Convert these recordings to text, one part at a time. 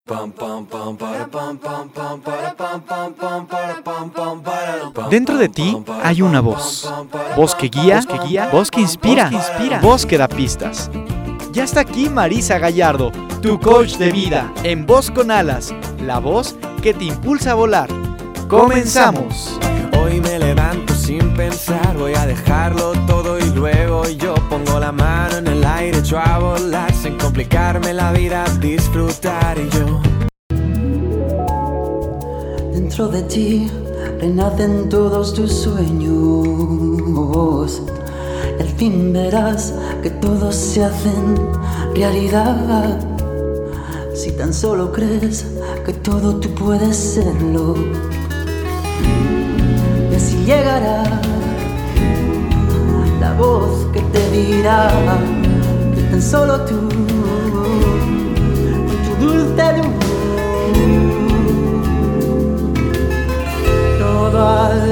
Dentro de ti hay una voz. Voz que guía, voz que inspira, voz que da pistas. Ya está aquí Marisa Gallardo, tu coach de vida, en Voz con Alas, la voz que te impulsa a volar. ¡Comenzamos! Hoy me levanto sin pensar, voy a dejarlo todo y luego yo pongo la mano en el aire, echo a volar sin complicarme la vida, disfrutar y yo. Dentro de ti renacen todos tus sueños. Al fin verás que todos se hacen realidad. Si tan solo crees que todo tú puedes serlo. Y así llegará la voz que te dirá que tan solo tú, con tu dulce luz, todo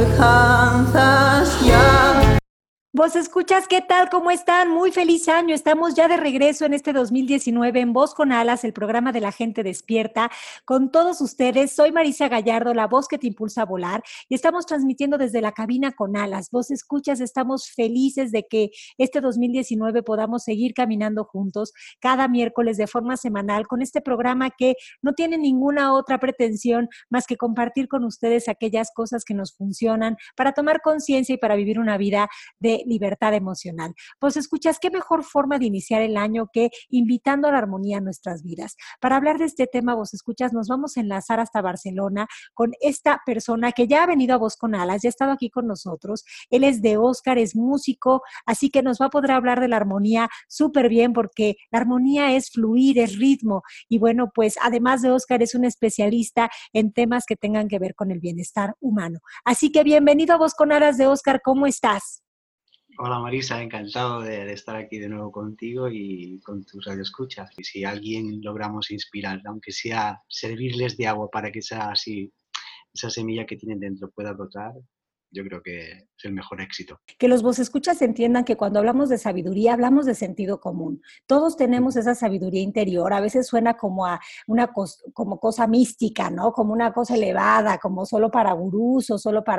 alcanzas ya. Vos escuchas, ¿qué tal? ¿Cómo están? Muy feliz año. Estamos ya de regreso en este 2019 en Voz con Alas, el programa de la gente despierta. Con todos ustedes, soy Marisa Gallardo, la voz que te impulsa a volar, y estamos transmitiendo desde la cabina con alas. Vos escuchas, estamos felices de que este 2019 podamos seguir caminando juntos cada miércoles de forma semanal con este programa que no tiene ninguna otra pretensión más que compartir con ustedes aquellas cosas que nos funcionan para tomar conciencia y para vivir una vida de libertad emocional. Pues escuchas, qué mejor forma de iniciar el año que invitando a la armonía a nuestras vidas. Para hablar de este tema, vos escuchas, nos vamos a enlazar hasta Barcelona con esta persona que ya ha venido a Voz con Alas, ya ha estado aquí con nosotros. Él es de Óscar, es músico, así que nos va a poder hablar de la armonía súper bien, porque la armonía es fluir, es ritmo. Y bueno, pues además de Óscar, es un especialista en temas que tengan que ver con el bienestar humano. Así que bienvenido a Voz con Alas de Óscar, ¿cómo estás? Hola Marisa, encantado de estar aquí de nuevo contigo y con tus radioescuchas. Y si a alguien logramos inspirar, aunque sea servirles de agua para que esa semilla que tienen dentro pueda brotar, yo creo que es el mejor éxito. Que los escuchas entiendan que cuando hablamos de sabiduría, hablamos de sentido común. Todos tenemos esa sabiduría interior. A veces suena como a como cosa mística, ¿no? Como una cosa elevada, como solo para gurús o solo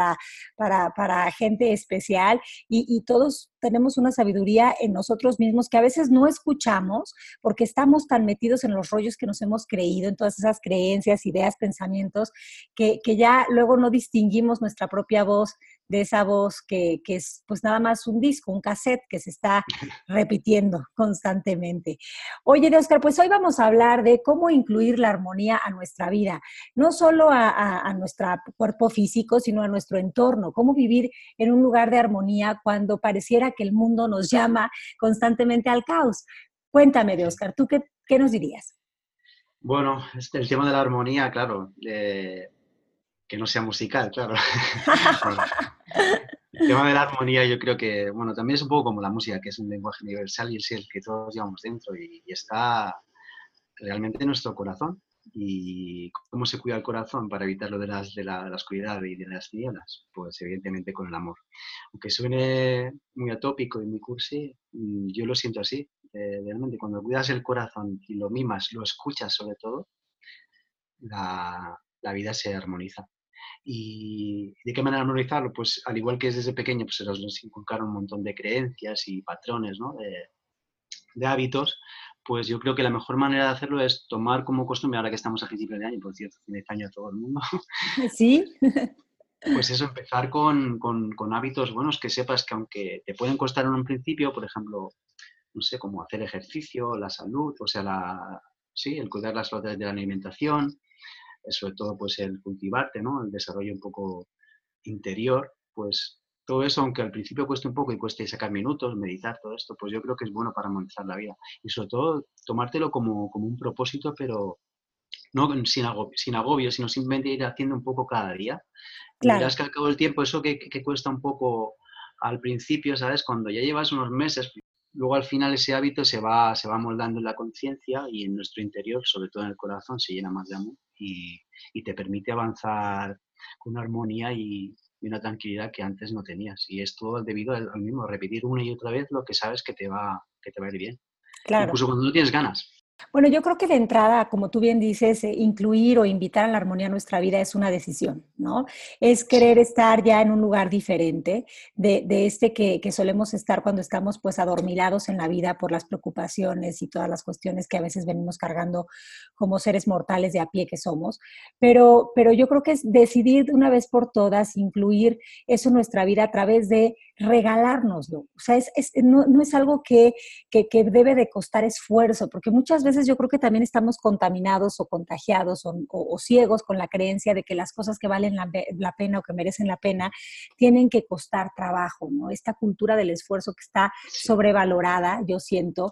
para gente especial. Y todos tenemos una sabiduría en nosotros mismos que a veces no escuchamos porque estamos tan metidos en los rollos que nos hemos creído, en todas esas creencias, ideas, pensamientos, que ya luego no distinguimos nuestra propia voz de esa voz que es pues nada más un disco, un cassette que se está repitiendo constantemente. Oye, Óscar, pues hoy vamos a hablar de cómo incluir la armonía a nuestra vida, no solo a nuestro cuerpo físico, sino a nuestro entorno, cómo vivir en un lugar de armonía cuando pareciera que el mundo nos llama constantemente al caos. Cuéntame, de Óscar, ¿tú qué nos dirías? Bueno, el tema de la armonía, claro, que no sea musical, claro. El tema de la armonía yo creo que, bueno, también es un poco como la música, que es un lenguaje universal y es el que todos llevamos dentro y está realmente en nuestro corazón. ¿Y cómo se cuida el corazón para evitarlo de la oscuridad y de las tinieblas? Pues evidentemente con el amor. Aunque suene muy atópico y muy cursi, yo lo siento así. Realmente cuando cuidas el corazón y lo mimas, lo escuchas sobre todo, la vida se armoniza. ¿Y de qué manera armonizarlo? Pues al igual que desde pequeño pues se nos inculcaron un montón de creencias y patrones, ¿no? de hábitos, pues yo creo que la mejor manera de hacerlo es tomar como costumbre, ahora que estamos a principio de año, por cierto, feliz año a todo el mundo, ¿Sí? pues eso, empezar con hábitos buenos que sepas que aunque te pueden costar en un principio, por ejemplo, no sé, como hacer ejercicio, la salud, o sea, sí, el cuidar las salud de la alimentación, sobre todo pues el cultivarte, ¿no? El desarrollo un poco interior, pues todo eso, aunque al principio cueste un poco y cueste sacar minutos, meditar, todo esto, pues yo creo que es bueno para monetizar la vida. Y sobre todo, tomártelo como un propósito, pero no sin agobio, sino simplemente ir haciendo un poco cada día. Y Claro. verás que al cabo del tiempo, eso que cuesta un poco al principio, ¿sabes? Cuando ya llevas unos meses, luego al final ese hábito se va moldando en la conciencia y en nuestro interior, sobre todo en el corazón, se llena más de amor y te permite avanzar con una armonía y una tranquilidad que antes no tenías. Y es todo debido al mismo, repetir una y otra vez lo que sabes que te va a ir bien. Claro. Incluso cuando no tienes ganas. Bueno, yo creo que de entrada, como tú bien dices, incluir o invitar a la armonía a nuestra vida es una decisión, ¿no? Es querer Sí, estar ya en un lugar diferente de este que solemos estar cuando estamos pues adormilados en la vida por las preocupaciones y todas las cuestiones que a veces venimos cargando como seres mortales de a pie que somos. Pero yo creo que es decidir de una vez por todas incluir eso en nuestra vida a través de regalárnoslo. O sea, no es algo que debe de costar esfuerzo, porque muchas veces yo creo que también estamos contaminados o contagiados o ciegos con la creencia de que las cosas que valen la pena o que merecen la pena tienen que costar trabajo, ¿no? Esta cultura del esfuerzo que está sí, sobrevalorada, yo siento,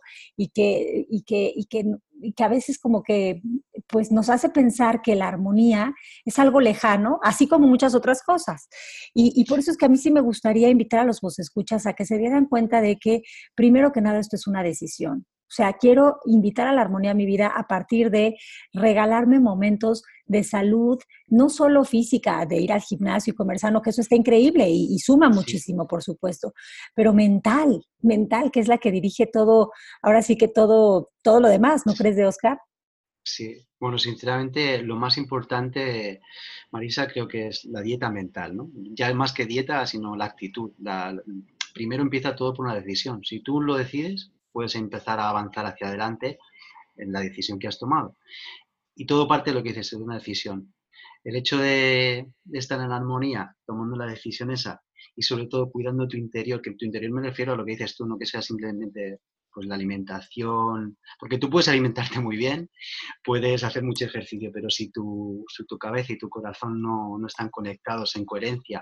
y que a veces como que pues nos hace pensar que la armonía es algo lejano, así como muchas otras cosas. Y por eso es que a mí sí me gustaría invitar a los escuchas a que se dieran cuenta de que primero que nada esto es una decisión. O sea, quiero invitar a la armonía a mi vida a partir de regalarme momentos de salud, no solo física, de ir al gimnasio y comer sano, que eso está increíble y suma sí, muchísimo, por supuesto, pero mental, que es la que dirige todo, ahora sí que todo lo demás, ¿no crees, de Oscar? sí. Bueno, sinceramente, lo más importante, Marisa, creo que es la dieta mental, ¿no? Ya más que dieta, sino la actitud. Primero empieza todo por una decisión. Si tú lo decides, puedes empezar a avanzar hacia adelante en la decisión que has tomado. Y todo parte de lo que dices, de una decisión. El hecho de estar en armonía, tomando la decisión esa, y sobre todo cuidando tu interior, que tu interior me refiero a lo que dices tú, no que sea simplemente pues la alimentación, porque tú puedes alimentarte muy bien, puedes hacer mucho ejercicio, pero si tu cabeza y tu corazón no están conectados en coherencia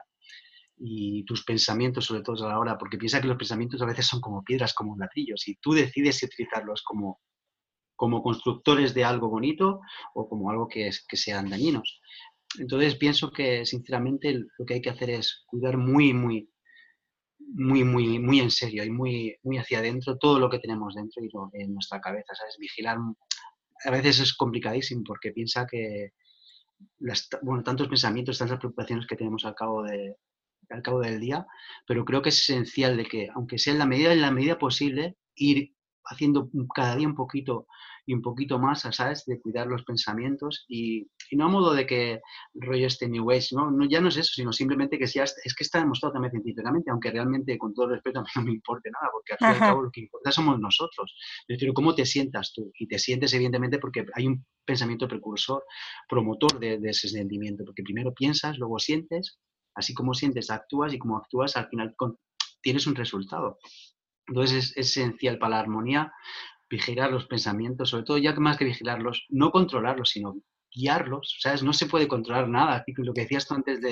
y tus pensamientos, sobre todo a la hora, porque piensa que los pensamientos a veces son como piedras, como ladrillos, y tú decides si utilizarlos como constructores de algo bonito o como algo que sean dañinos. Entonces pienso que sinceramente lo que hay que hacer es cuidar muy, muy, muy, muy, muy en serio y muy, muy hacia adentro todo lo que tenemos dentro y en nuestra cabeza, ¿sabes? Vigilar. A veces es complicadísimo porque piensa que bueno, tantos pensamientos, tantas preocupaciones que tenemos al cabo del día, pero creo que es esencial de que, aunque sea en la medida posible, ir haciendo cada día un poquito y un poquito más, ¿sabes? De cuidar los pensamientos y no a modo de que el rollo este New Age, ¿no? No, ya no es eso, sino simplemente que ya es que está demostrado también científicamente, aunque realmente, con todo respeto, a mí no me importe nada, porque al fin y al cabo Ajá. lo que importa somos nosotros. Es decir, cómo te sientas tú. Y te sientes, evidentemente, porque hay un pensamiento precursor, promotor de ese sentimiento, porque primero piensas, luego sientes, así como sientes, actúas y como actúas, al final tienes un resultado. Entonces es esencial para la armonía vigilar los pensamientos, sobre todo ya que más que vigilarlos, no controlarlos, sino guiarlos, ¿sabes? No se puede controlar nada. Así que lo que decías tú antes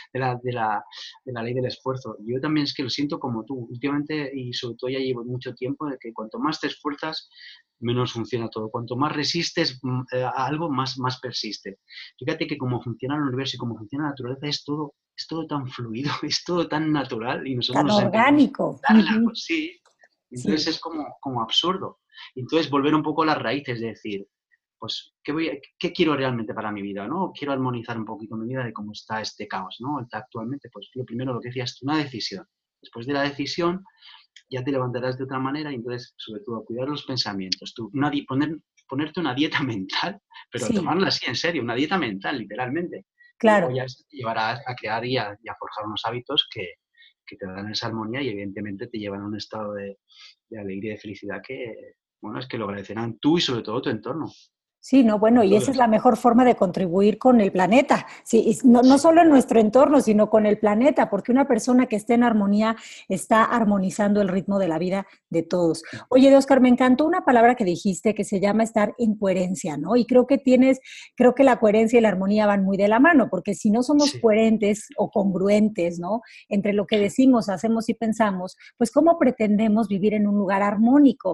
de la ley del esfuerzo, yo también es que lo siento como tú, últimamente y sobre todo ya llevo mucho tiempo de que cuanto más te esfuerzas, menos funciona todo. Cuanto más resistes a algo, más persiste. Fíjate que como funciona el universo y como funciona la naturaleza es todo tan fluido, es todo tan natural y nosotros Tan nos empeñamos orgánico. en darle Ujú. algo así. Entonces Sí. es como absurdo. Entonces volver un poco a las raíces de decir, pues, ¿qué quiero realmente para mi vida? ¿No? Quiero armonizar un poquito mi vida de cómo está este caos, ¿no? Actualmente, pues lo primero, lo que decías, una decisión. Después de la decisión, ya te levantarás de otra manera y entonces, sobre todo, cuidar los pensamientos. Ponerte una dieta mental, pero Sí, tomarla así en serio, una dieta mental, literalmente. Y luego claro. ya te llevará a crear y a forjar unos hábitos que te dan esa armonía y evidentemente te llevan a un estado de alegría y de felicidad que, bueno, es que lo agradecerán tú y sobre todo tu entorno. Sí, no, bueno, Con y todo esa es esto. la mejor forma de contribuir con el planeta. Sí, y no Sí, solo en nuestro entorno, sino con el planeta, porque una persona que esté en armonía está armonizando el ritmo de la vida de todos. Oye, Oscar, me encantó una palabra que dijiste que se llama estar en coherencia, ¿no? Y creo que la coherencia y la armonía van muy de la mano, porque si no somos sí, coherentes o congruentes, ¿no? Entre lo que sí, decimos, hacemos y pensamos, pues ¿cómo pretendemos vivir en un lugar armónico?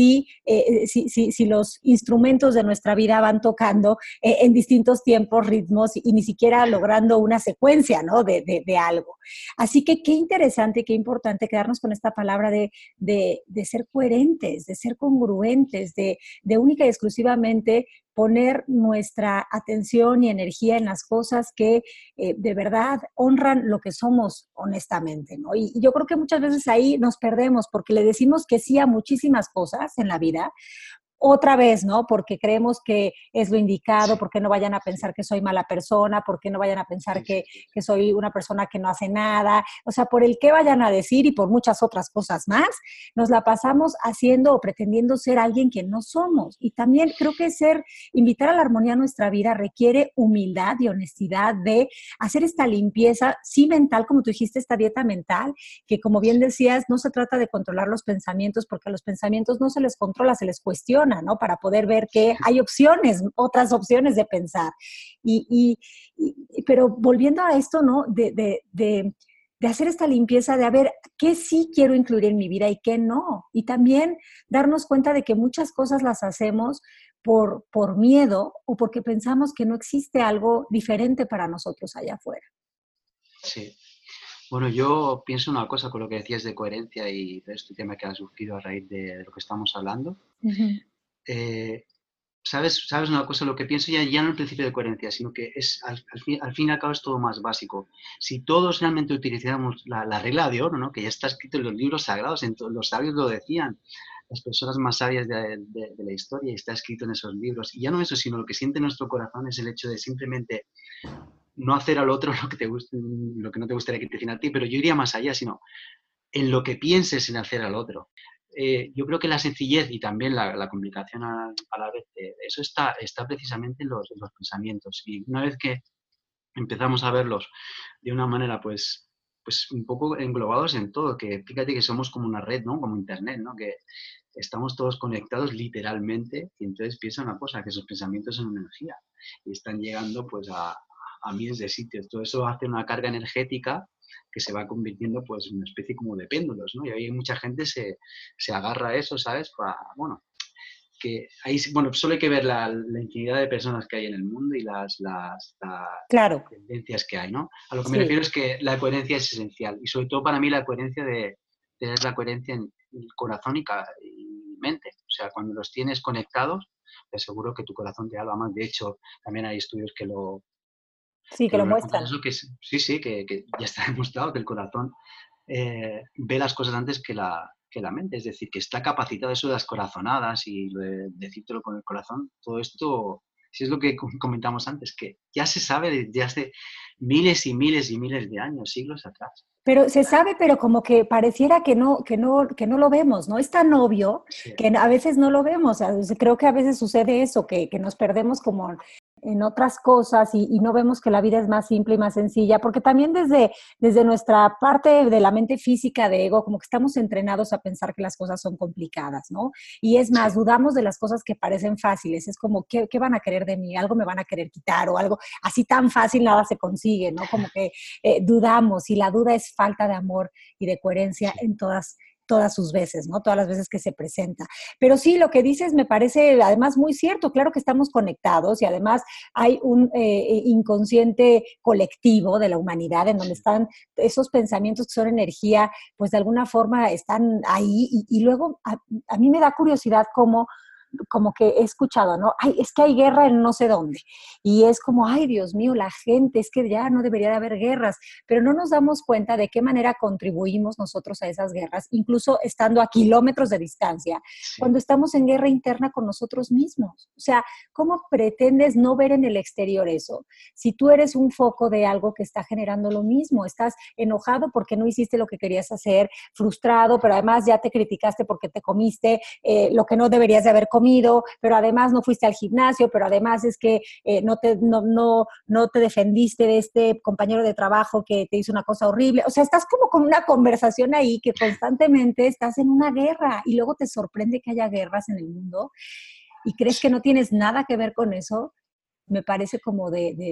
Si los instrumentos de nuestra vida van tocando en distintos tiempos, ritmos y ni siquiera logrando una secuencia, ¿no? De algo. Así que qué interesante, qué importante quedarnos con esta palabra de ser coherentes, de ser congruentes, de única y exclusivamente poner nuestra atención y energía en las cosas que de verdad honran lo que somos honestamente, ¿no? Y yo creo que muchas veces ahí nos perdemos porque le decimos que sí a muchísimas cosas en la vida, otra vez, ¿no? Porque creemos que es lo indicado, porque no vayan a pensar que soy mala persona, porque no vayan a pensar que soy una persona que no hace nada, o sea, por el qué vayan a decir y por muchas otras cosas más, nos la pasamos haciendo o pretendiendo ser alguien que no somos. Y también creo que invitar a la armonía a nuestra vida requiere humildad y honestidad de hacer esta limpieza, sí mental, como tú dijiste, esta dieta mental, que como bien decías, no se trata de controlar los pensamientos, porque a los pensamientos no se les controla, se les cuestiona, ¿no? Para poder ver que hay opciones, otras opciones de pensar. Pero volviendo a esto, ¿no? De hacer esta limpieza, de a ver qué sí quiero incluir en mi vida y qué no. Y también darnos cuenta de que muchas cosas las hacemos por miedo o porque pensamos que no existe algo diferente para nosotros allá afuera. Sí. Bueno, yo pienso una cosa con lo que decías de coherencia y de este tema que ha surgido a raíz de lo que estamos hablando. Uh-huh. ¿Sabes una cosa? Lo que pienso ya no el principio de coherencia, sino que es al fin y al cabo es todo más básico. Si todos realmente utilizáramos la regla de oro, ¿no? Que ya está escrito en los libros sagrados, los sabios lo decían, las personas más sabias de la historia, y está escrito en esos libros. Y ya no eso, sino lo que siente nuestro corazón es el hecho de simplemente no hacer al otro lo que no te gustaría que te hicieran a ti, pero yo iría más allá, sino en lo que pienses en hacer al otro. Yo creo que la sencillez y también la complicación a la vez de eso está precisamente en los pensamientos. Y una vez que empezamos a verlos de una manera, pues un poco englobados en todo, que fíjate que somos como una red, ¿no? Como Internet, ¿no? Que estamos todos conectados literalmente, y entonces piensa una cosa, que esos pensamientos son energía y están llegando pues a miles de sitios. Todo eso hace una carga energética que se va convirtiendo pues en una especie como de péndulos, ¿no? Y ahí mucha gente se agarra a eso, ¿sabes? Bueno, que ahí, bueno, solo hay que ver la infinidad de personas que hay en el mundo y las Claro. tendencias que hay, ¿no? A lo que Sí. me refiero es que la coherencia es esencial, y sobre todo para mí la coherencia de tener la coherencia en el corazón y mente. O sea, cuando los tienes conectados, te aseguro que tu corazón te habla más. De hecho, también hay estudios que lo Sí, que lo refutan, muestran. eso, que ya está demostrado que el corazón ve las cosas antes que la mente, es decir, que está capacitado. Eso de las corazonadas y lo de decírtelo con el corazón, todo esto, si es lo que comentamos antes, que ya se sabe desde hace miles y miles y miles de años, siglos atrás. Pero se sabe, pero como que pareciera que no lo vemos, ¿no? Es tan obvio que a veces no lo vemos. O sea, creo que a veces sucede eso, que nos perdemos como en otras cosas y no vemos que la vida es más simple y más sencilla, porque también desde nuestra parte de la mente física de ego, como que estamos entrenados a pensar que las cosas son complicadas, ¿no? Y es más, dudamos de las cosas que parecen fáciles. Es como, ¿qué van a querer de mí? Algo me van a querer quitar o algo así tan fácil nada se consigue, ¿no? Como que dudamos, y la duda es falta de amor y de coherencia en todas sus veces, ¿no? Todas las veces que se presenta. Pero sí, lo que dices me parece además muy cierto. Claro que estamos conectados y además hay un inconsciente colectivo de la humanidad en donde están esos pensamientos que son energía, pues de alguna forma están ahí y luego a mí me da curiosidad cómo como que he escuchado, ¿no? Ay, es que hay guerra en no sé dónde. Y es como, ay, Dios mío, la gente, es que ya no debería de haber guerras, pero no nos damos cuenta de qué manera contribuimos nosotros a esas guerras, incluso estando a kilómetros de distancia, cuando estamos en guerra interna con nosotros mismos. O sea, ¿cómo pretendes no ver en el exterior eso? Si tú eres un foco de algo que está generando lo mismo, estás enojado porque no hiciste lo que querías hacer, frustrado, pero además ya te criticaste porque te comiste lo que no deberías de haber comido, pero además no fuiste al gimnasio, pero además es que no te defendiste de este compañero de trabajo que te hizo una cosa horrible. O sea, estás como con una conversación ahí que constantemente estás en una guerra y luego te sorprende que haya guerras en el mundo y crees que no tienes nada que ver con eso. Me parece como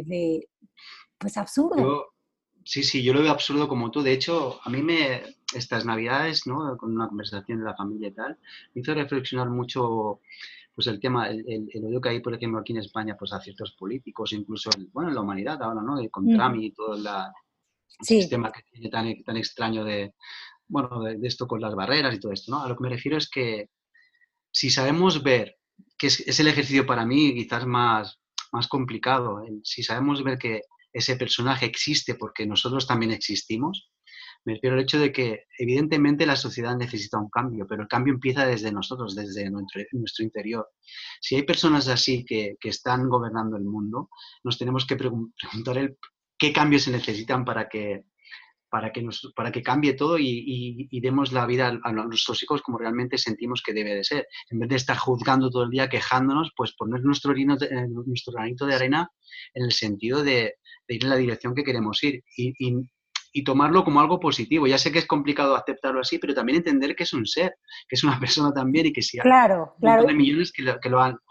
pues absurdo. Yo lo veo absurdo como tú. De hecho, a mí estas Navidades, ¿no? Con una conversación de la familia y tal, me hizo reflexionar mucho pues el tema, el odio que hay, por ejemplo, aquí en España, pues a ciertos políticos, incluso en la humanidad ahora, ¿no? Con Trump y todo el sistema que tiene tan extraño de esto con las barreras y todo esto, ¿no? A lo que me refiero es que si sabemos ver, que es el ejercicio para mí quizás más complicado, si sabemos ver que ese personaje existe porque nosotros también existimos, Me refiero al hecho de que evidentemente la sociedad necesita un cambio, pero el cambio empieza desde nosotros, desde nuestro interior. Si hay personas así que están gobernando el mundo, nos tenemos que preguntar qué cambios se necesitan para que cambie todo y demos la vida a nuestros hijos como realmente sentimos que debe de ser. En vez de estar juzgando todo el día, quejándonos, pues poner nuestro granito de arena en el sentido de ir en la dirección que queremos ir y tomarlo como algo positivo. Ya sé que es complicado aceptarlo así, pero también entender que es un ser, que es una persona también y que si hay Claro, un montón claro, de millones que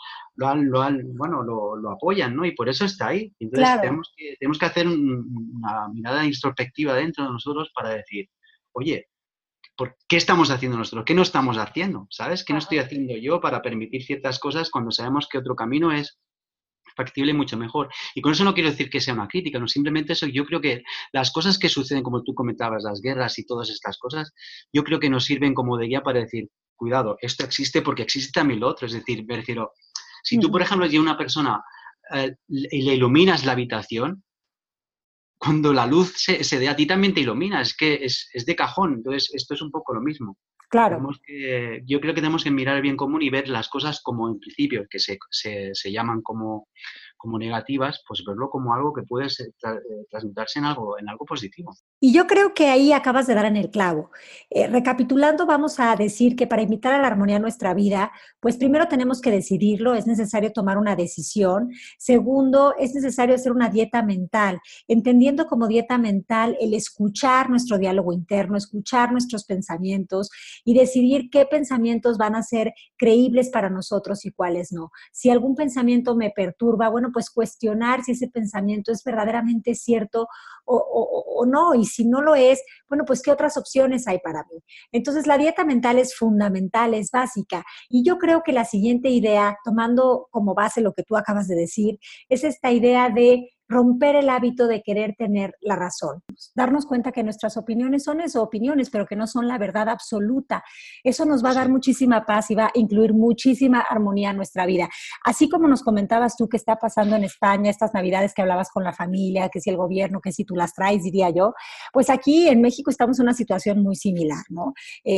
lo apoyan, ¿no? Y por eso está ahí. Entonces claro. tenemos que hacer una mirada introspectiva dentro de nosotros para decir, oye, ¿qué estamos haciendo nosotros? ¿Qué no estamos haciendo? ¿Sabes? ¿Qué no estoy haciendo yo para permitir ciertas cosas cuando sabemos que otro camino es factible y mucho mejor? Y con eso no quiero decir que sea una crítica, no, simplemente eso, yo creo que las cosas que suceden, como tú comentabas, las guerras y todas estas cosas, yo creo que nos sirven como de guía para decir, cuidado, esto existe porque existe también lo otro. Es decir, me refiero, si tú, por Ujú. ejemplo, llevas una persona y le iluminas la habitación, cuando la luz se dé a ti también te ilumina, es que es de cajón. Entonces, esto es un poco lo mismo. Claro. Yo creo que tenemos que mirar el bien común y ver las cosas como en principio, que se llaman como negativas, pues verlo como algo que puede transmutarse en algo positivo. Y yo creo que ahí acabas de dar en el clavo. Recapitulando, vamos a decir que para invitar a la armonía a nuestra vida, pues primero tenemos que decidirlo, es necesario tomar una decisión. Segundo, es necesario hacer una dieta mental, entendiendo como dieta mental el escuchar nuestro diálogo interno, escuchar nuestros pensamientos y decidir qué pensamientos van a ser creíbles para nosotros y cuáles no. Si algún pensamiento me perturba, bueno, pues cuestionar si ese pensamiento es verdaderamente cierto o no, y si no lo es, bueno, pues qué otras opciones hay para mí. Entonces, la dieta mental es fundamental, es básica, y yo creo que la siguiente idea, tomando como base lo que tú acabas de decir, es esta idea de romper el hábito de querer tener la razón. Darnos cuenta que nuestras opiniones son eso, opiniones, pero que no son la verdad absoluta. Eso nos va a dar Sí. muchísima paz y va a incluir muchísima armonía en nuestra vida. Así como nos comentabas tú que está pasando en España, estas navidades que hablabas con la familia, que si el gobierno, que si tú las traes, diría yo, pues aquí en México estamos en una situación muy similar, ¿no?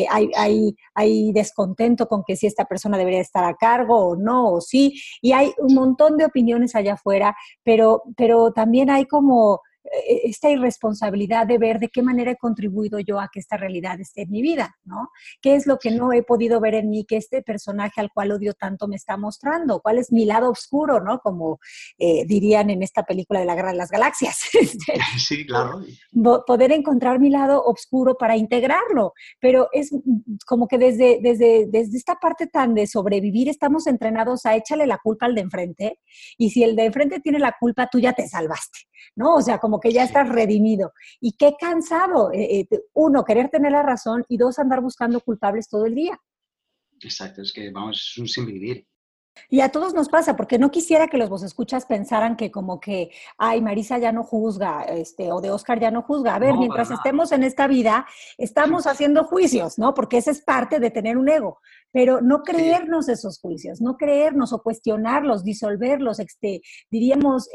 Hay descontento con que si esta persona debería estar a cargo o no, o sí, y hay un montón de opiniones allá afuera, pero también hay como esta irresponsabilidad de ver de qué manera he contribuido yo a que esta realidad esté en mi vida, ¿no? ¿Qué es lo que no he podido ver en mí que este personaje al cual odio tanto me está mostrando? ¿Cuál es mi lado oscuro, ¿no? Como dirían en esta película de la Guerra de las Galaxias. Sí, claro. Poder encontrar mi lado oscuro para integrarlo, pero es como que desde esta parte tan de sobrevivir estamos entrenados a échale la culpa al de enfrente, y si el de enfrente tiene la culpa, tú ya te salvaste, ¿no? O sea, como que ya Sí, estás redimido. Y qué cansado, uno, querer tener la razón, y dos, andar buscando culpables todo el día. exacto. Es que, vamos, es un sinvivir. Y a todos nos pasa, porque no quisiera que los vosescuchas pensaran que como que, ay, Marisa ya no juzga, o de Oscar ya no juzga. A ver, No, para mientras nada. estemos en esta vida, estamos haciendo juicios, ¿no? Porque esa es parte de tener un ego. Pero no Sí, creernos esos juicios, no creernos o cuestionarlos, disolverlos, diríamos,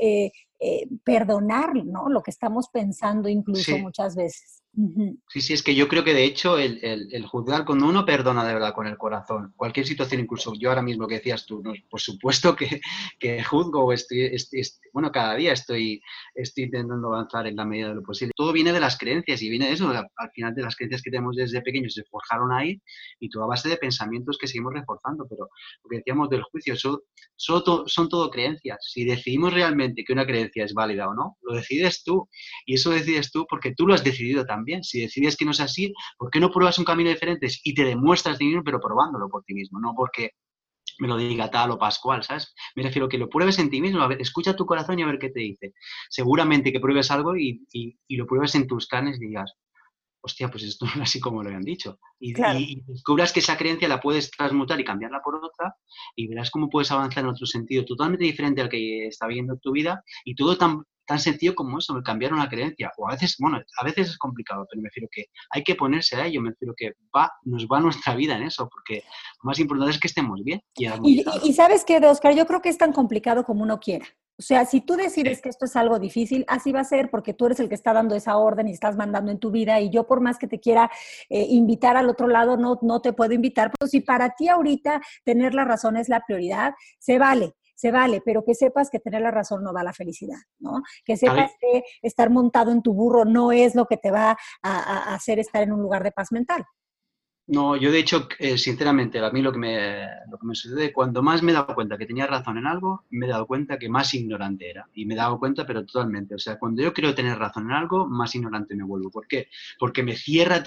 perdonar, ¿no? Lo que estamos pensando incluso sí. muchas veces. Ujú. Sí, sí, es que yo creo que de hecho el juzgar, cuando uno perdona de verdad con el corazón, cualquier situación, incluso yo ahora mismo que decías tú, no, por supuesto que juzgo o bueno, cada día estoy intentando avanzar en la medida de lo posible. Todo viene de las creencias y viene de eso, al final de las creencias que tenemos desde pequeños se forjaron ahí y toda base de pensamientos que seguimos reforzando, pero lo que decíamos del juicio, son todo creencias. Si decidimos realmente que una creencia es válida o no, lo decides tú. Y eso decides tú porque tú lo has decidido también. Si decides que no es así, ¿por qué no pruebas un camino diferente y te demuestras de mismo, pero probándolo por ti mismo? No porque me lo diga tal o Pascual, ¿sabes? Me refiero a que lo pruebes en ti mismo, a ver, escucha tu corazón y a ver qué te dice. Seguramente que pruebes algo y lo pruebes en tus carnes y digas, hostia, pues esto no es así como lo habían dicho. Claro. Y descubras que esa creencia la puedes transmutar y cambiarla por otra y verás cómo puedes avanzar en otro sentido totalmente diferente al que está viendo en tu vida y todo tan sencillo como eso, el cambiar una creencia. O a veces, bueno, a veces es complicado, pero me refiero que hay que ponerse a ello, me refiero que nos va nuestra vida en eso, porque lo más importante es que estemos bien y Y armonizados. ¿sabes qué, Oscar? Yo creo que es tan complicado como uno quiera. O sea, si tú decides que esto es algo difícil, así va a ser porque tú eres el que está dando esa orden y estás mandando en tu vida y yo por más que te quiera invitar al otro lado, no te puedo invitar. Pero si para ti ahorita tener la razón es la prioridad, se vale, pero que sepas que tener la razón no da la felicidad, ¿no? Que sepas que estar montado en tu burro no es lo que te va a hacer estar en un lugar de paz mental. No, yo de hecho, sinceramente, a mí lo que me sucede, cuando más me he dado cuenta que tenía razón en algo, me he dado cuenta que más ignorante era. Y me he dado cuenta, pero totalmente. O sea, cuando yo creo tener razón en algo, más ignorante me vuelvo. ¿Por qué? Porque me cierra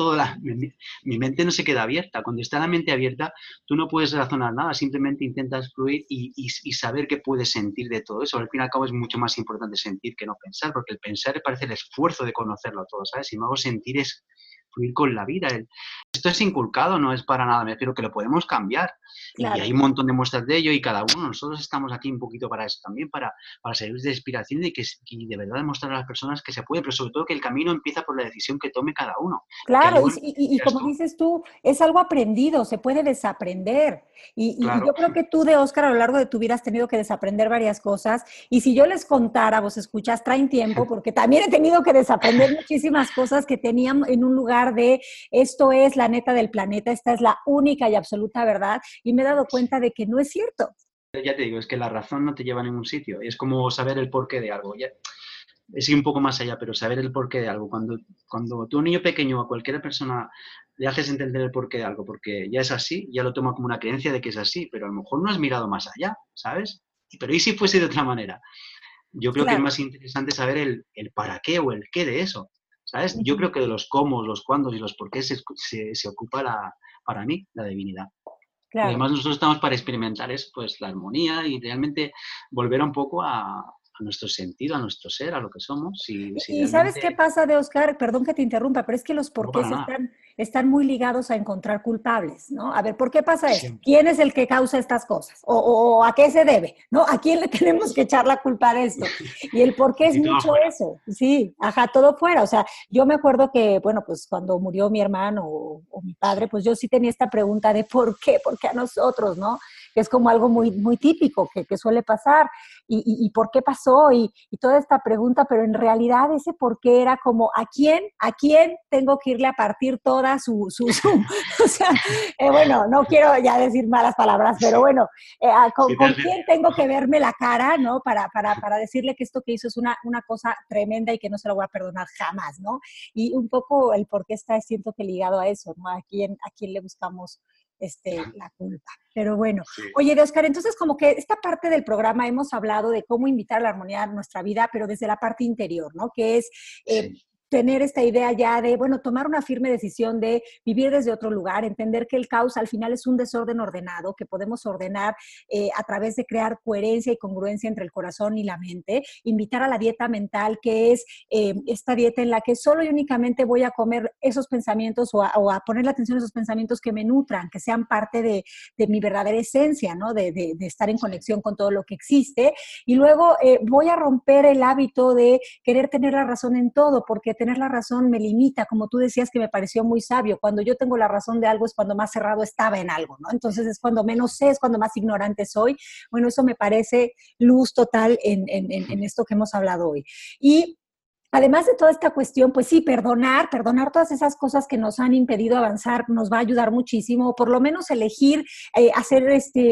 mi mente no se queda abierta. Cuando está la mente abierta, tú no puedes razonar nada, simplemente intentas fluir y saber qué puedes sentir de todo eso. Al fin y al cabo es mucho más importante sentir que no pensar, porque el pensar parece el esfuerzo de conocerlo todo, ¿sabes? Si me hago sentir es fluir con la vida. Esto es inculcado, no es para nada, me refiero que lo podemos cambiar. Claro. Y hay un montón de muestras de ello y cada uno, nosotros estamos aquí un poquito para eso también, para servir de inspiración y de verdad demostrar a las personas que se puede, pero sobre todo que el camino empieza por la decisión que tome cada uno. Claro, y como dices tú, es algo aprendido, se puede desaprender. Claro. Y yo creo que tú de Óscar a lo largo de tu vida has tenido que desaprender varias cosas. Y si yo les contara, vos escuchas, traen tiempo, porque también he tenido que desaprender muchísimas cosas que tenía en un lugar de esto es la neta del planeta, esta es la única y absoluta verdad. Y me he dado cuenta de que no es cierto. Ya te digo, es que la razón no te lleva a ningún sitio. Es como saber el porqué de algo. Es ir un poco más allá, pero saber el porqué de algo. Cuando tú, un niño pequeño, a cualquier persona le haces entender el porqué de algo, porque ya es así, ya lo toma como una creencia de que es así, pero a lo mejor no has mirado más allá, ¿sabes? Pero ¿y si fuese de otra manera? Yo creo que es más interesante saber el para qué o el qué de eso, ¿sabes? Yo creo que de los cómo, los cuándos y los por qué se ocupa para mí la divinidad. Claro. Y además nosotros estamos para experimentar eso, pues la armonía y realmente volver un poco a nuestro sentido, a nuestro ser, a lo que somos. Si ¿Y sabes qué pasa de Óscar? Perdón que te interrumpa, pero es que los porqués están muy ligados a encontrar culpables, ¿no? A ver, ¿por qué pasa eso? Siempre. ¿Quién es el que causa estas cosas? ¿O a qué se debe? ¿No? ¿A quién le tenemos que echar la culpa de esto? Y el por qué es mucho fuera. eso. Sí, ajá, todo fuera. O sea, yo me acuerdo que, bueno, pues cuando murió mi hermano o mi padre, pues yo sí tenía esta pregunta de ¿por qué? ¿Por qué a nosotros, no? Que es como algo muy, muy típico que suele pasar. ¿Y por qué pasó? Y toda esta pregunta, pero en realidad ese por qué era como ¿a quién tengo que irle a partir toda su o sea, bueno, no quiero ya decir malas palabras, pero bueno, ¿con quién tengo que verme la cara, ¿no? Para decirle que esto que hizo es una cosa tremenda y que no se lo voy a perdonar jamás, ¿no? Y un poco el por qué está, siento que ligado a eso, ¿no? ¿A quién le buscamos la culpa? Pero bueno, sí. Oye, Óscar, entonces como que esta parte del programa hemos hablado de cómo invitar a la armonía a nuestra vida, pero desde la parte interior, ¿no? Que es tener esta idea ya de, bueno, tomar una firme decisión de vivir desde otro lugar, entender que el caos al final es un desorden ordenado, que podemos ordenar a través de crear coherencia y congruencia entre el corazón y la mente, invitar a la dieta mental, que es esta dieta en la que solo y únicamente voy a comer esos pensamientos o a poner la atención a esos pensamientos que me nutran, que sean parte de mi verdadera esencia, ¿no? De estar en conexión con todo lo que existe. Y luego voy a romper el hábito de querer tener la razón en todo, porque tener la razón me limita, como tú decías, que me pareció muy sabio. Cuando yo tengo la razón de algo es cuando más cerrado estaba en algo, ¿no? Entonces es cuando menos sé, es cuando más ignorante soy. Bueno, eso me parece luz total en esto que hemos hablado hoy. Y además de toda esta cuestión, pues sí, perdonar todas esas cosas que nos han impedido avanzar nos va a ayudar muchísimo, o por lo menos elegir hacer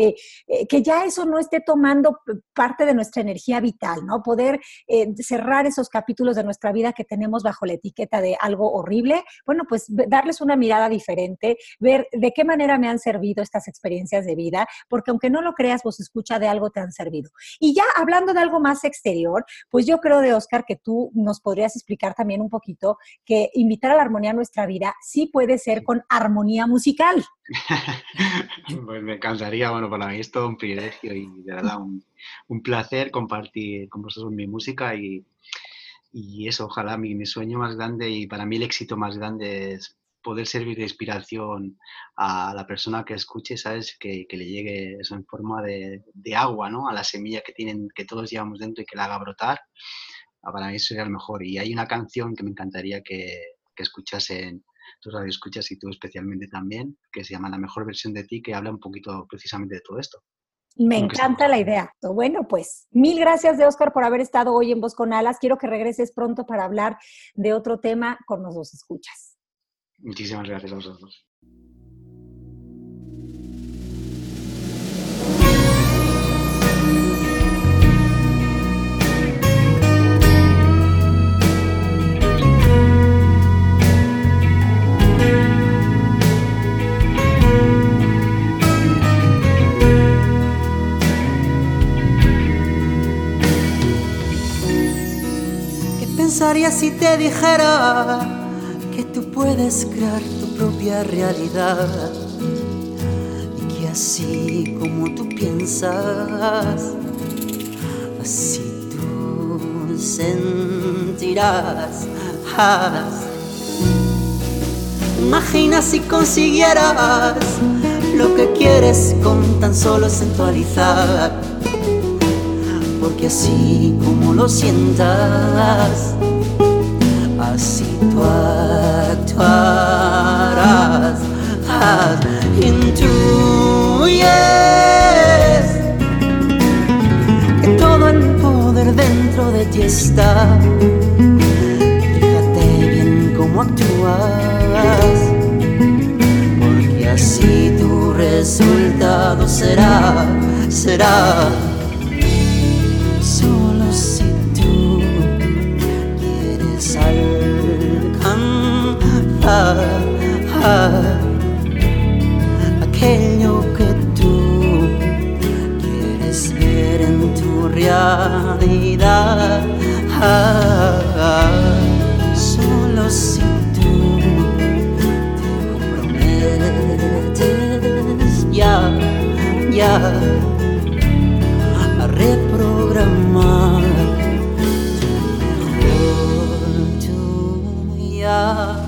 que ya eso no esté tomando parte de nuestra energía vital, ¿no? Poder cerrar esos capítulos de nuestra vida que tenemos bajo la etiqueta de algo horrible, bueno, pues darles una mirada diferente, ver de qué manera me han servido estas experiencias de vida, porque aunque no lo creas, vos escucha, de algo te han servido. Y ya hablando de algo más exterior, pues yo creo, de Óscar, que tú nos podrías explicar también un poquito que invitar a la armonía a nuestra vida sí puede ser con armonía musical. Pues me encantaría, bueno, para mí es todo un privilegio y de verdad un placer compartir con vosotros mi música y eso, ojalá mi sueño más grande y para mí el éxito más grande es poder servir de inspiración a la persona que escuche, ¿sabes? Que le llegue eso en forma de agua, ¿no? A la semilla que todos llevamos dentro y que la haga brotar. Para mí eso sería lo mejor. Y hay una canción que me encantaría que escuchasen tus radioescuchas y tú especialmente también, que se llama La mejor versión de ti, que habla un poquito precisamente de todo esto. Me encanta la idea. Bueno, pues, mil gracias de Óscar por haber estado hoy en Voz con Alas. Quiero que regreses pronto para hablar de otro tema con Nos Escuchas. Muchísimas gracias a vosotros. Pensaría si te dijera que tú puedes crear tu propia realidad y que así como tú piensas, así tú sentirás. Imagina si consiguieras lo que quieres con tan solo sensualizar, porque así como lo sientas, así tú actuarás. Intuyes que todo el poder dentro de ti está. Fíjate bien cómo actúas, porque así tu resultado será. Solo si tú quieres alcanzar aquello que tú quieres ver en tu realidad. Solo si tú te comprometes ya a reprogramar tu mejor tuya.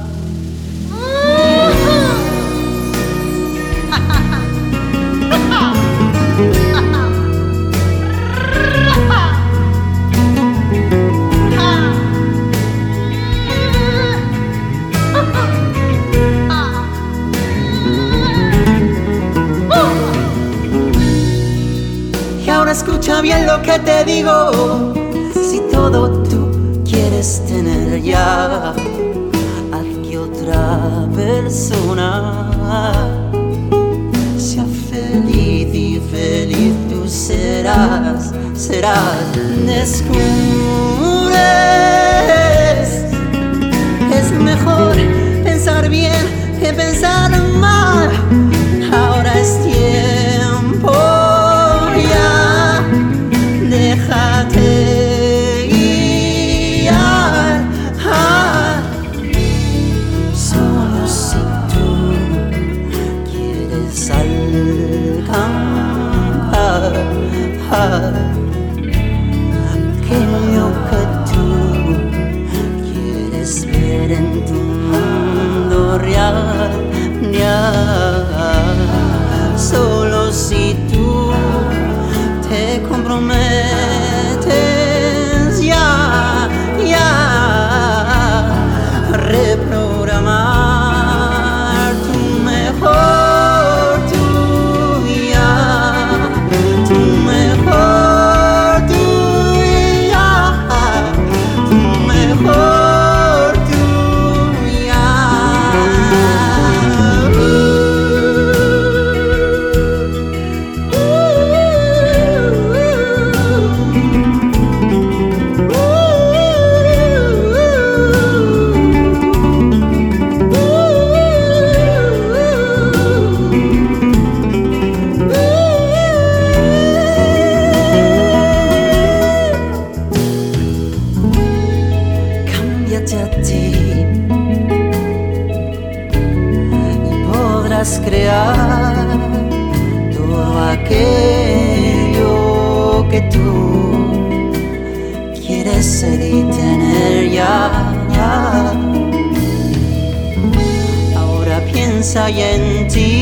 Escucha bien lo que te digo. Si todo tú quieres tener ya, haz que otra persona sea feliz y feliz tú serás. Descubres que es mejor pensar bien que pensar mal. Ahora es tiempo. Déjate guiar. Solo si tú quieres alcanzar aquello que tú quieres ver en tu mundo real. Solo si tú te comprometes ya a reprogramar tu mejor tuya, tu mejor tuya, tu mejor tuya. Crear todo aquello que tú quieres ser y tener ya. Ahora piensa ya en ti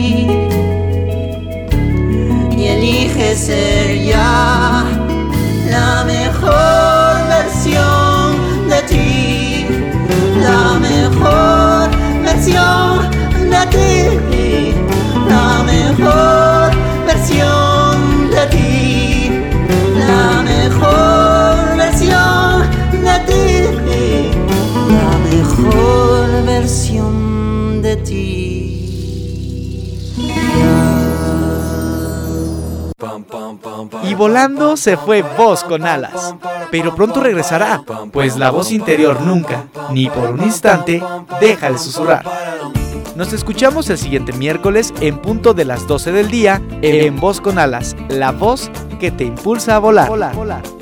y elige ser ya la mejor versión de ti, la mejor versión de ti, la mejor versión volando se fue Voz con Alas. Pero pronto regresará, pues la voz interior nunca, ni por un instante, deja de susurrar. Nos escuchamos el siguiente miércoles en punto de las 12 del día en Voz con Alas, la voz que te impulsa a volar.